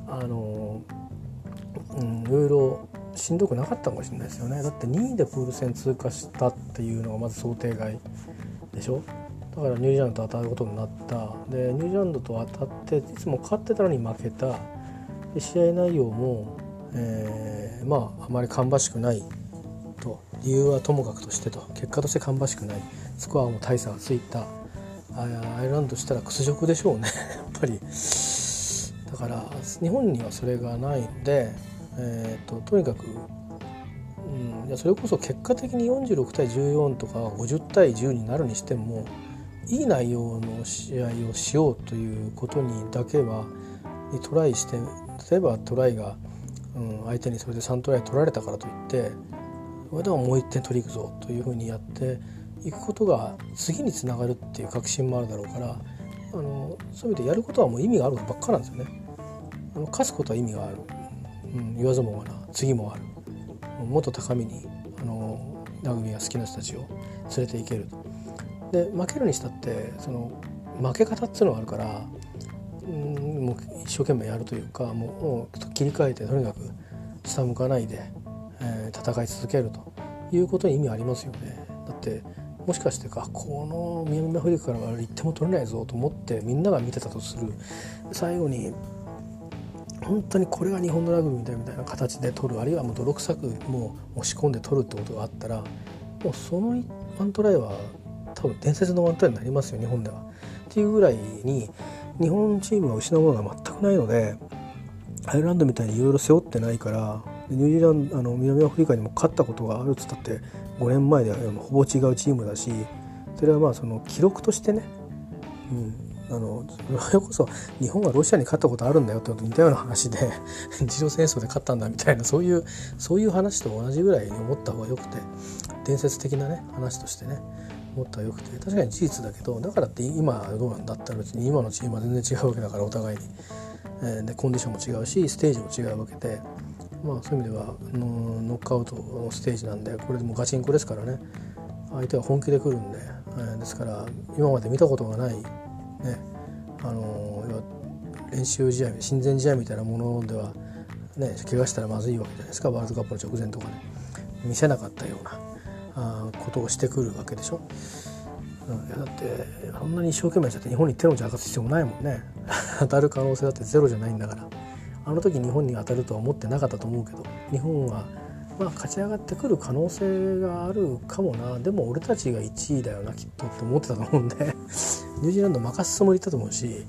いろいろしんどくなかったかもしれないですよね。だって2位でプール戦通過したっていうのがまず想定外でしょ。だからニュージーランドと当たることになった。でニュージーランドと当たっていつも勝ってたのに負けた。で試合内容も、あまり芳しくないと、理由はともかくとしてと、結果として芳しくない、スコアも大差がついた。アイルランドとしたら屈辱でしょうねやっぱり。だから日本にはそれがないので、とにかく、それこそ結果的に46対14とか50対10になるにしてもいい内容の試合をしようということにだけはトライして、例えばトライが、相手にそれで3トライ取られたからといってそれでももう1点取りいくぞというふうにやっていくことが次につながるっていう確信もあるだろうから、そういう意味でやることはもう意味があるばっかなんですよね。勝つことは意味がある、言わずもがな次もある、もっと高みにラグビーが好きな人たちを連れていけると。で負けるにしたってその負け方っていうのがあるから、もう一生懸命やるというか、もう切り替えてとにかく下向かないで、戦い続けるということに意味ありますよね。だってもしかしてこの南アフリカからは1点も取れないぞと思ってみんなが見てたとする、最後に本当にこれが日本のラグビーみたいな形で取る、あるいはもう泥臭くもう押し込んで取るってことがあったら、もうそのワントライは多分伝説のワントライになりますよ日本では。っていうぐらいに日本チームが失うものが全くないので、アイルランドみたいにいろいろ背負ってないから、ニュージーランド南アフリカにも勝ったことがあるっつったって5年前ではほぼ違うチームだし、それはその記録としてね、 それこそ日本がロシアに勝ったことあるんだよってことと似たような話で日露戦争で勝ったんだみたいなそういう話と同じぐらいに思った方がよくて、伝説的なね話としてね思った方がよくて、確かに事実だけど、だからって今どうなんだったら別に今のチームは全然違うわけだから、お互いに、でコンディションも違うしステージも違うわけで、そういう意味ではノックアウトのステージなんで、これでもガチンコですからね、相手は本気で来るんで、ですから今まで見たことがない、ね、練習試合親善試合みたいなものでは、ね、怪我したらまずいわけじゃないですか。ワールドカップの直前とかね見せなかったようなことをしてくるわけでしょ。いやだってそんなに一生懸命やって日本に手の内明かす必要もないもんね当たる可能性だってゼロじゃないんだから、あの時日本に当たるとは思ってなかったと思うけど、日本は勝ち上がってくる可能性があるかもな、でも俺たちが1位だよなきっとって思ってたと思うんでニュージーランド任すつもりだったと思うし、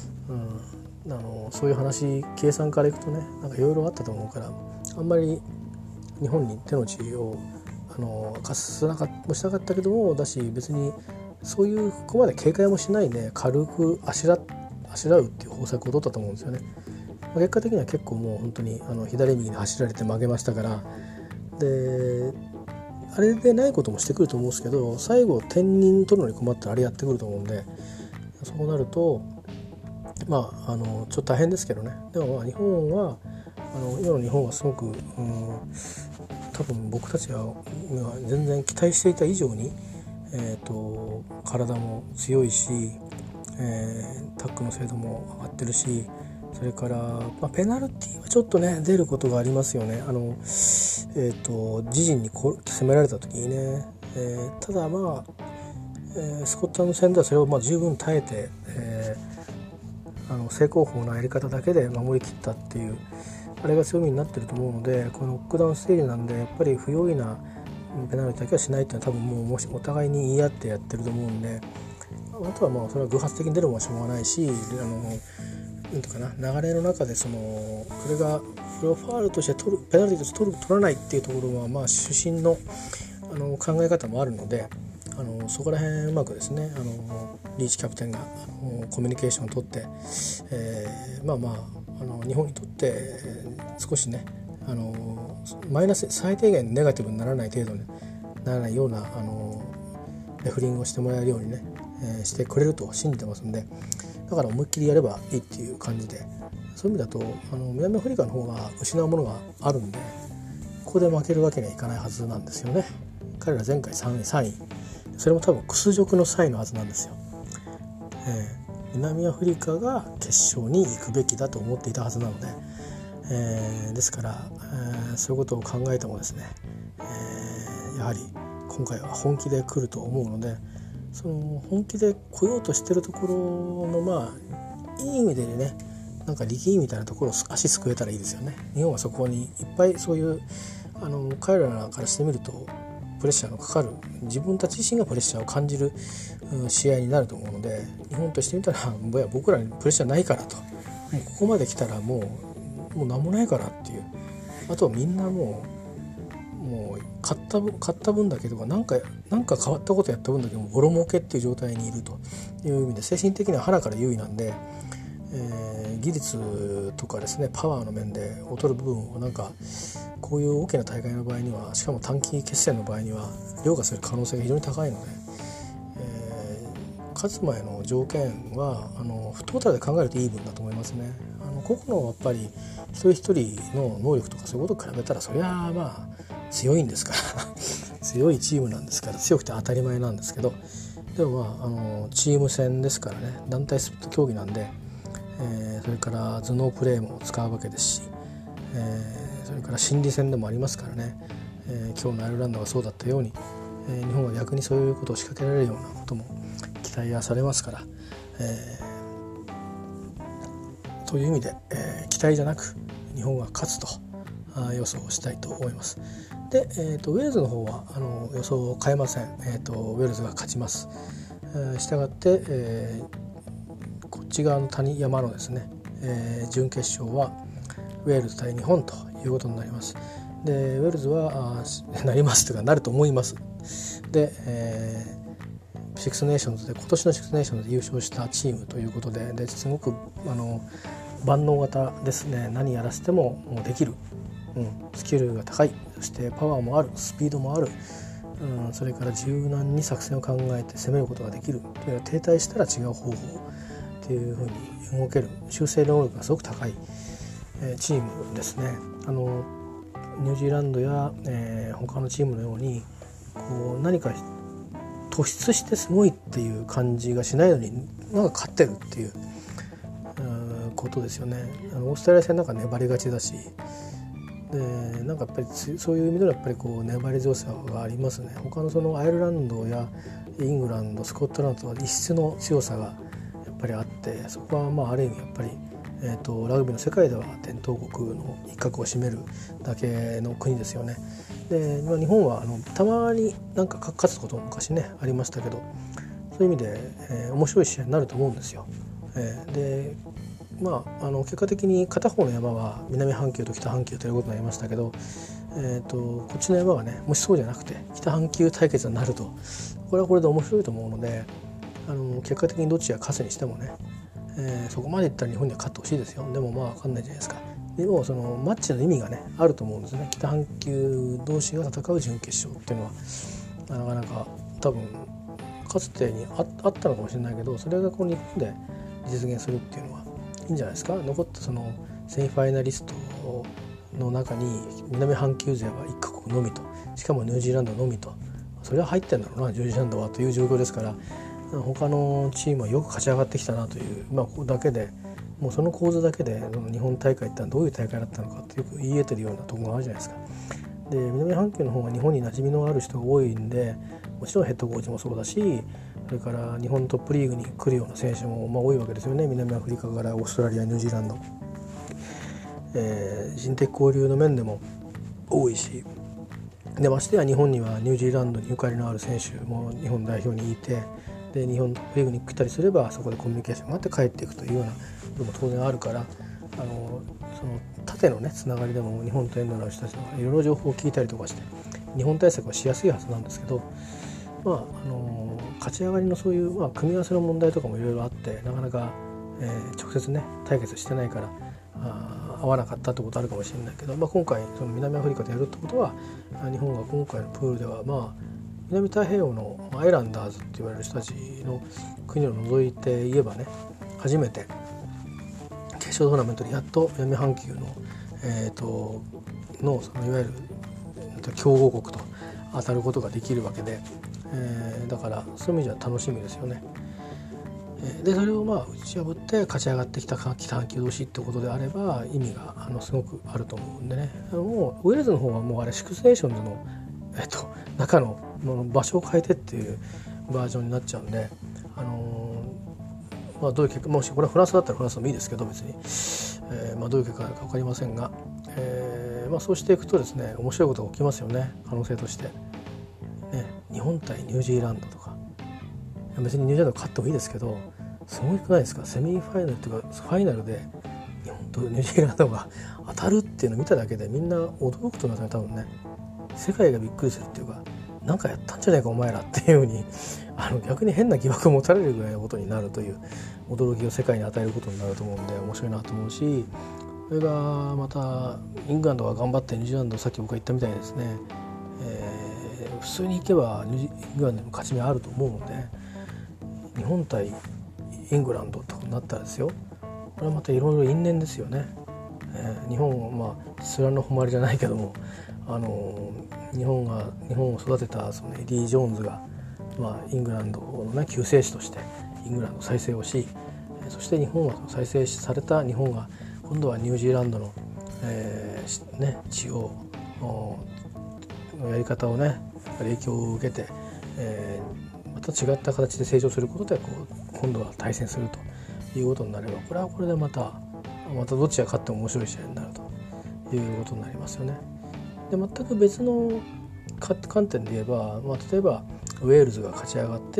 そういう話計算からいくとねなんかいろいろあったと思うから、あんまり日本に手の内を貸さなかもしなかったけどもだし、別にそういうここまで警戒もしないで軽くあしらうっていう方策を取ったと思うんですよね。結果的には結構もう本当に左右に走られて負けましたから、であれでないこともしてくると思うんですけど、最後点に取るのに困ったらあれやってくると思うんで、そうなるとちょっと大変ですけどね。でも日本は今の日本はすごく多分僕たちが全然期待していた以上に、体も強いし、タックの精度も上がってるし、それから、ペナルティーはちょっとね出ることがありますよね。自陣に攻められた時にね、ただスコットランド戦ではそれを十分耐えて、正攻法のやり方だけで守りきったっていうあれが強みになってると思うので、このノックダウンステージなんでやっぱり不用意なペナルティだけはしないっていうのは多分もしお互いに言い合ってやってると思うんで、あとはそれは偶発的に出るものはしょうがないし、なんていうかな、流れの中でそれをファールとしてペナルティとして取らないっていうところは主審の考え方もあるので、そこら辺うまくですねリーチキャプテンがコミュニケーションを取って、日本にとって少しねマイナス最低限ネガティブにならない程度にならないようなレフリングをしてもらえるようにね、してくれると信じてますんで、だから思いっきりやればいいっていう感じで、そういう意味だと南アフリカの方が失うものがあるんで、ここで負けるわけにはいかないはずなんですよね。彼ら前回3位、それも多分屈辱の3位のはずなんですよ。南アフリカが決勝に行くべきだと思っていたはずなので、ですから、そういうことを考えてもですね、やはり今回は本気で来ると思うので、その本気で来ようとしてるところのいい意味でね、なんか力みたいなところを足すくえたらいいですよね。日本はそこにいっぱいそういう彼らからしてみるとプレッシャーのかかる、自分たち自身がプレッシャーを感じる試合になると思うので、日本としてみたら僕らにプレッシャーないからと、もうここまで来たらもう何もないからっていう、あとはみんなもう買った分だけとかなんか変わったことやった分だけボロ儲けっていう状態にいるという意味で、精神的には腹から優位なんで、技術とかですねパワーの面で劣る部分をこういう大きな大会の場合には、しかも短期決戦の場合には凌駕する可能性が非常に高いので、勝つ前の条件はトータルで考えるとイーブンだと思いますね。個々のやっぱり一人一人の能力とかそういうことを比べたら、そりゃ強いんですから強いチームなんですから、強くて当たり前なんですけど、でもチーム戦ですからね、団体スピリット競技なんで、それから頭脳プレーも使うわけですし、それから心理戦でもありますからね、今日のアイルランドがそうだったように、日本は逆にそういうことを仕掛けられるようなことも期待はされますから、という意味で、期待じゃなく日本が勝つと予想をしたいと思います。で、ウェールズの方は予想を変えません。ウェールズが勝ちます。したがって、こっち側の山のですね、準決勝はウェールズ対日本ということになります。でウェールズはなりますというかなると思います。で、 シックスネーションズで今年のシックスネーションズで優勝したチームということですごく万能型ですね。何やらせてもできる、スキルが高い、そしてパワーもある、スピードもある、それから柔軟に作戦を考えて攻めることができるというのは、停滞したら違う方法っていうふうに動ける修正能力がすごく高い、チームですね。ニュージーランドや、他のチームのようにこう何か突出してすごいっていう感じがしないのになんか勝ってるっていうことですよね。オーストラリア戦なんか粘りがちだし、でなんかやっぱりそういう意味ではやっぱりこう粘り強さがありますね。他のそのアイルランドやイングランド、スコットランドとは一種の強さがやっぱりあって、そこはまあある意味やっぱり、ラグビーの世界では伝統国の一角を占めるだけの国ですよね。で日本はたまになんか勝つことも昔ねありましたけど、そういう意味で、面白い試合になると思うんですよ。で結果的に片方の山は南半球と北半球ということになりましたけど、こっちの山がねもしそうじゃなくて北半球対決になると、これはこれで面白いと思うので、結果的にどっちが勝つにしてもね、そこまでいったら日本には勝ってほしいですよ。でも分かんないじゃないですか。でもそのマッチの意味がねあると思うんですね。北半球同士が戦う準決勝っていうのはなかなか多分かつてにあったのかもしれないけど、それがこう日本で実現するっていうのはいいんじゃないですか。残ったそのセミファイナリストの中に南半球勢は1カ国のみと、しかもニュージーランドのみと、それは入ってんだろうなニュージーランドはという状況ですから、他のチームはよく勝ち上がってきたなという、ここだけでもうその構図だけで日本大会ってのはどういう大会だったのかってよく言い得てるようなところがあるじゃないですか。で南半球の方が日本に馴染みのある人が多いんで、もちろんヘッドコーチもそうだし、それから日本トップリーグに来るような選手も多いわけですよね。南アフリカからオーストラリア、ニュージーランド、人的交流の面でも多いし、でましてや日本にはニュージーランドにゆかりのある選手も日本代表にいて、で日本トップリーグに来たりすればそこでコミュニケーションがあって帰っていくというようなことも当然あるから、その縦のねつながりでも日本と縁のある人たちのいろいろ情報を聞いたりとかして日本対策はしやすいはずなんですけど、勝ち上がりのそういう、組み合わせの問題とかもいろいろあってなかなか、直接ね対決してないから合わなかったってことあるかもしれないけど、今回その南アフリカでやるってことは、日本が今回のプールでは南太平洋のアイランダーズって言われる人たちの国を除いて言えばね、初めて決勝トーナメントでやっと南半球の、そのいわゆる強豪国と当たることができるわけで、だからそういう意味では楽しみですよね。でそれを打ち破って勝ち上がってきた北半球同士ってことであれば意味がすごくあると思うんでね、もうウェールズの方はもうあれシックスネーションズの、中の場所を変えてっていうバージョンになっちゃうんで、どういう結果、もしこれはフランスだったらフランスでもいいですけど別に、どういう結果になるか分かりませんが、そうしていくとですね面白いことが起きますよね、可能性として、日本対ニュージーランドとか、別にニュージーランド勝ってもいいですけど、すごくないですか。セミファイナルというかファイナルで日本とニュージーランドが当たるっていうのを見ただけでみんな驚くと思いますね。多分ね世界がびっくりするっていうか、なんかやったんじゃないかお前らっていうふうに逆に変な疑惑を持たれるぐらいのことになるという驚きを世界に与えることになると思うんで面白いなと思うし、それがまたイングランドが頑張ってニュージーランド、さっき僕が言ったみたいにですね、普通に行けばイングランドの勝ち目あると思うので、日本対イングランドとなったらですよ、これはまたいろいろ因縁ですよね。日本は面の誉れじゃないけども、日本を育てたそのエディ・ジョーンズが、イングランドの、救世主としてイングランド再生をし、そして日本は再生された日本が今度はニュージーランドの、血をやり方をね影響を受けて、また違った形で成長することで今度は対戦するということになれば、これはこれでまたどっちが勝っても面白い試合になるということになりますよね。で全く別の観点で言えば、例えばウェールズが勝ち上がって、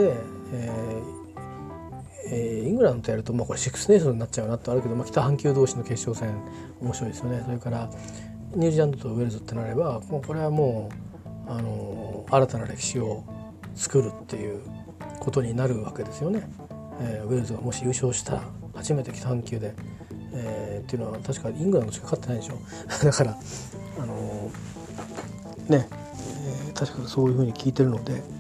イングランドとやるとこれシックスネーションになっちゃうなってあるけど、北半球同士の決勝戦面白いですよね。それからニュージーランドとウェールズってなればこれはもう新たな歴史を作るっていうことになるわけですよね。ウェールズがもし優勝したら初めて北半球で、っていうのは確かイングランドしか勝ってないでしょだから確かそういうふうに聞いてるので、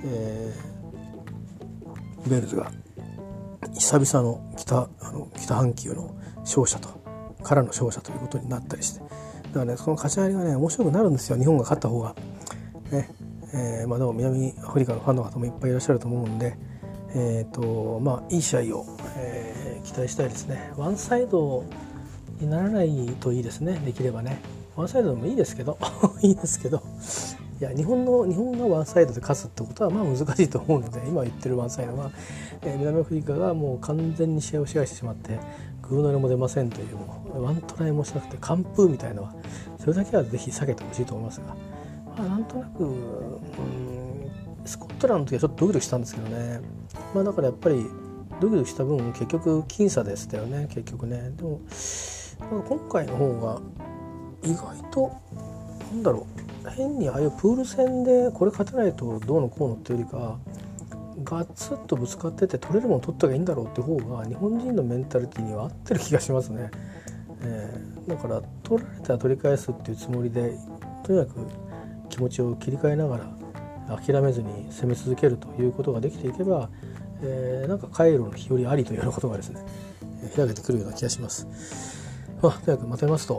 ウェールズが久々の北半球の勝者からの勝者ということになったりして、だからねその勝ち上がりがね面白くなるんですよ、日本が勝った方がね。でも南アフリカのファンの方もいっぱいいらっしゃると思うんで、いい試合を、期待したいですね。ワンサイドにならないといいですね、できればね。ワンサイドでもいいですけどいいですけど、いや日本がワンサイドで勝つってことは難しいと思うので、今言ってるワンサイドは、南アフリカがもう完全に試合を支配してしまってグーの音も出ませんという、もうワントライもしなくて完封みたいなのはそれだけはぜひ避けてほしいと思いますが、なんとなくスコットランドの時はちょっとドキドキしたんですけどね。だからやっぱりドキドキした分結局僅差でしたよね、結局ね。でも今回の方が意外と変にああいうプール戦でこれ勝てないとどうのこうのっていうよりか、ガッツッとぶつかってて取れるもの取った方がいいんだろうって方が日本人のメンタリティには合ってる気がしますね。だから取られたら取り返すっていうつもりで、とにかく気持ちを切り替えながら諦めずに攻め続けるということができていけば、回路の日和ありというようなことがですね、開けてくるような気がします。とにかくまとめますと、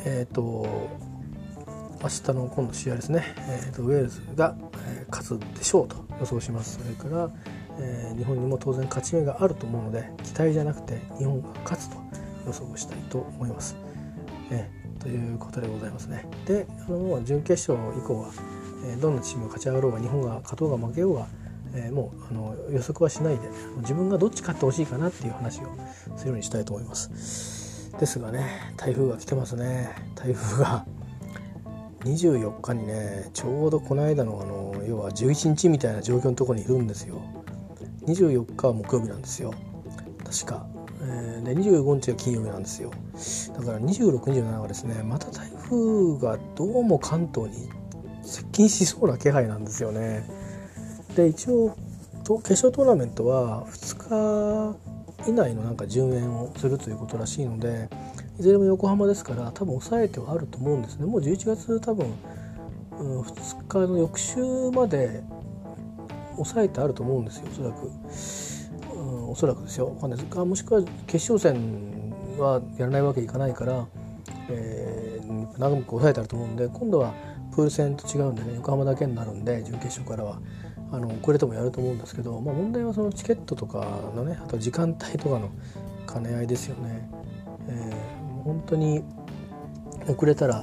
明日の今度試合ですね、ウェールズが、勝つでしょうと予想します。それから、日本にも当然勝ち目があると思うので、期待じゃなくて日本が勝つと予想したいと思います。ということでございますね。で、準決勝以降は、どんなチームが勝ち上がろうが日本が勝とうが負けようが、もう予測はしないで自分がどっち勝ってほしいかなっていう話をするようにしたいと思います。ですがね、台風が来てますね。台風が24日にね、ちょうどこの間の要は11日みたいな状況のところにいるんですよ。24日は木曜日なんですよ確か、で25日は金曜日なんですよ。だから26、27はですね、また台風がどうも関東に接近しそうな気配なんですよね。で一応決勝トーナメントは2日以内の順延をするということらしいので、いずれも横浜ですから多分抑えてはあると思うんですね。もう11月多分、2日の翌週まで抑えてあると思うんですよ、おそらくですよ。もしくは決勝戦はやらないわけいかないから、長く抑えてあると思うんで、今度はプール戦と違うんでね、横浜だけになるんで準決勝からは遅れてもやると思うんですけど、問題はそのチケットとかのね、あと時間帯とかの兼ね合いですよね。本当に遅れたら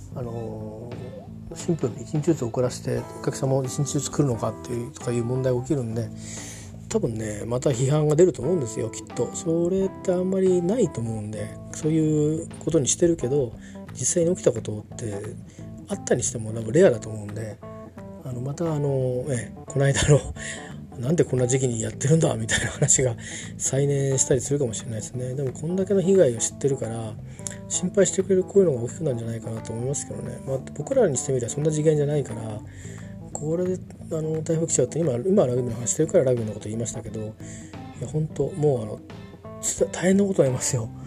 シンプルに1日ずつ遅らせてお客様を1日ずつ来るのかっていうとかいう問題が起きるんで、多分ねまた批判が出ると思うんですよ、きっと。それってあんまりないと思うんで、そういうことにしてるけど実際に起きたことってあったにしてもレアだと思うんで、またこの間のなんでこんな時期にやってるんだみたいな話が再燃したりするかもしれないですね。でもこんだけの被害を知ってるから心配してくれるこういうのが大きくなるんじゃないかなと思いますけどね。僕らにしてみればそんな次元じゃないから、これで台風来ちゃうって今ラグビーの話してるからラグビーのこと言いましたけど、いや本当もう大変なことになりますよ。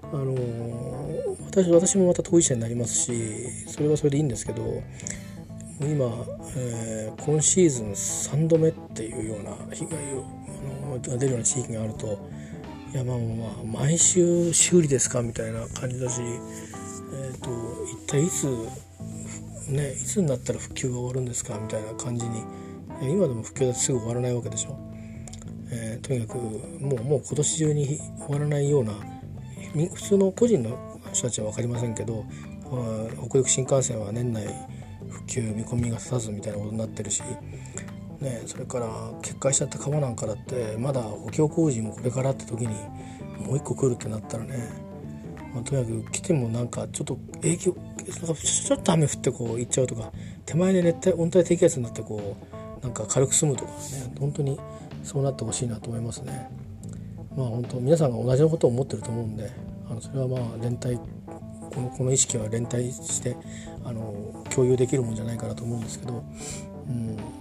私もまた当事者になりますし、それはそれでいいんですけど、今、今シーズン3度目っていうような被害が出るような地域があると、いや毎週修理ですかみたいな感じだし、一体いつになったら復旧が終わるんですかみたいな感じに、今でも復旧だとすぐ終わらないわけでしょ。とにかくもう今年中に終わらないような、普通の個人の人たちは分かりませんけど、北陸新幹線は年内復旧見込みが立たずみたいなことになってるし、それから決壊しちゃった川なんかだってまだ補強工事もこれからって時にもう一個来るってなったらね、とにかく来てもちょっと影響、ちょっと雨降って行っちゃうとか、手前で温帯低気圧になって軽く済むとかね、本当にそうなってほしいなと思いますね。本当皆さんが同じようなことを思ってると思うんで、それは連帯この意識は連帯して共有できるもんじゃないかなと思うんですけど、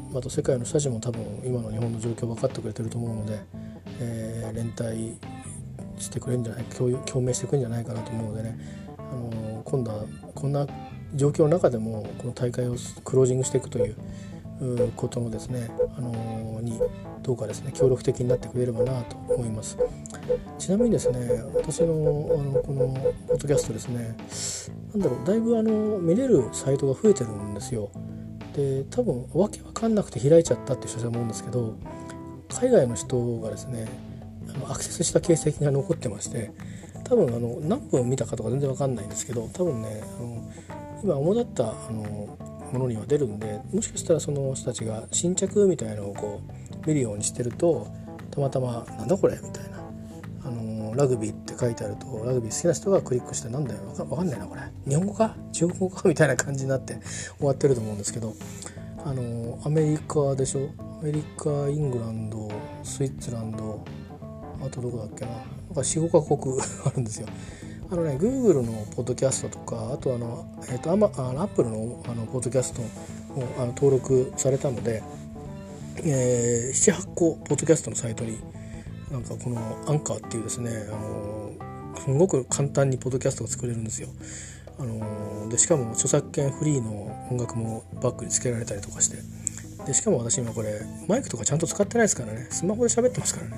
あと世界の人たちも多分今の日本の状況分かってくれてると思うので、連帯してくれるんじゃない共鳴してくれるんじゃないかなと思うのでね、今度はこんな状況の中でもこの大会をクロージングしていくということのですね、にどうかですね協力的になってくれればなと思います。ちなみにですね、私のこのポッドキャストですね、だいぶ見れるサイトが増えてるんですよ。で多分わけわかんなくて開いちゃったっていう人だと思うんですけど、海外の人がですねアクセスした形跡が残ってまして、多分何分見たかとか全然わかんないんですけど、多分ね今主だったものには出るんで、もしかしたらその人たちが新着みたいなのをこう見るようにしてると、たまたまなんだこれみたいな、ラグビーって書いてあると、ラグビー好きな人がクリックして、なんだよわかんないなこれ日本語か中国語かみたいな感じになって終わってると思うんですけど、アメリカでしょ、アメリカ、イングランド、スイッツランド、あとどこだっけな、なんか 4,5 カ国あるんですよ。Google のポッドキャストとか、あとApple のポッドキャストも登録されたので、7、8個ポッドキャストのサイトになんかこのアンカーっていうですね、すごく簡単にポッドキャストが作れるんですよ。でしかも著作権フリーの音楽もバックにつけられたりとかして、でしかも私今これマイクとかちゃんと使ってないですからね、スマホで喋ってますからね、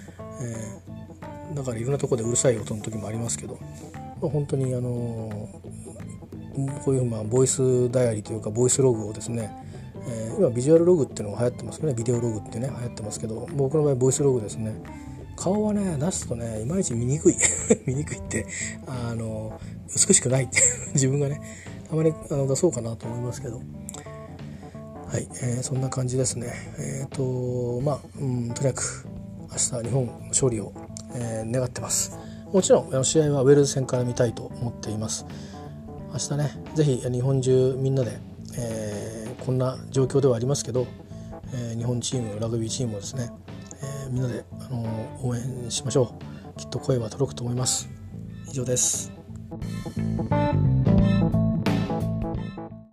だからいろんなところでうるさい音の時もありますけど、本当にこういうボイスダイアリーというかボイスログをですね、今ビジュアルログっていうのが流行ってますけどね、ビデオログってね流行ってますけど、僕の場合ボイスログですね。顔はね出すとねいまいち見にくい見にくいって美しくないって自分がねあまり出そうかなと思いますけど、はい、そんな感じですね。とにかく明日日本の勝利を、願ってます。もちろん試合はウェールズ戦から見たいと思っています。明日ねぜひ日本中みんなで、こんな状況ではありますけど、日本チームラグビーチームをですね、みんなで応援しましょう。きっと声は届くと思います。以上です。